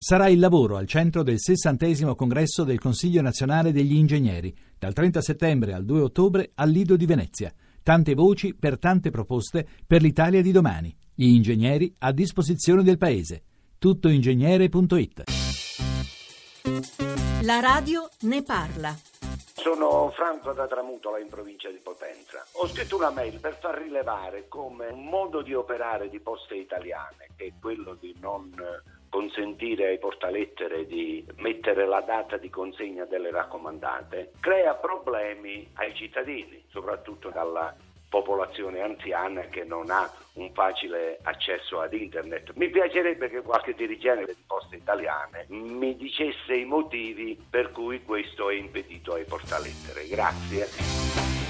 Sarà il lavoro al centro del 60° congresso del Consiglio Nazionale degli Ingegneri, dal 30 settembre al 2 ottobre al Lido di Venezia. Tante voci per tante proposte per l'Italia di domani. Gli ingegneri a disposizione del Paese. Tuttoingegnere.it. La radio ne parla. Sono Franco da Tramutola, in provincia di Potenza. Ho scritto una mail per far rilevare come un modo di operare di Poste Italiane, che è quello di non consentire ai portalettere di mettere la data di consegna delle raccomandate, crea problemi ai cittadini, soprattutto dalla popolazione anziana che non ha un facile accesso ad internet. Mi piacerebbe che qualche dirigente di Poste Italiane mi dicesse i motivi per cui questo è impedito ai portalettere. Grazie.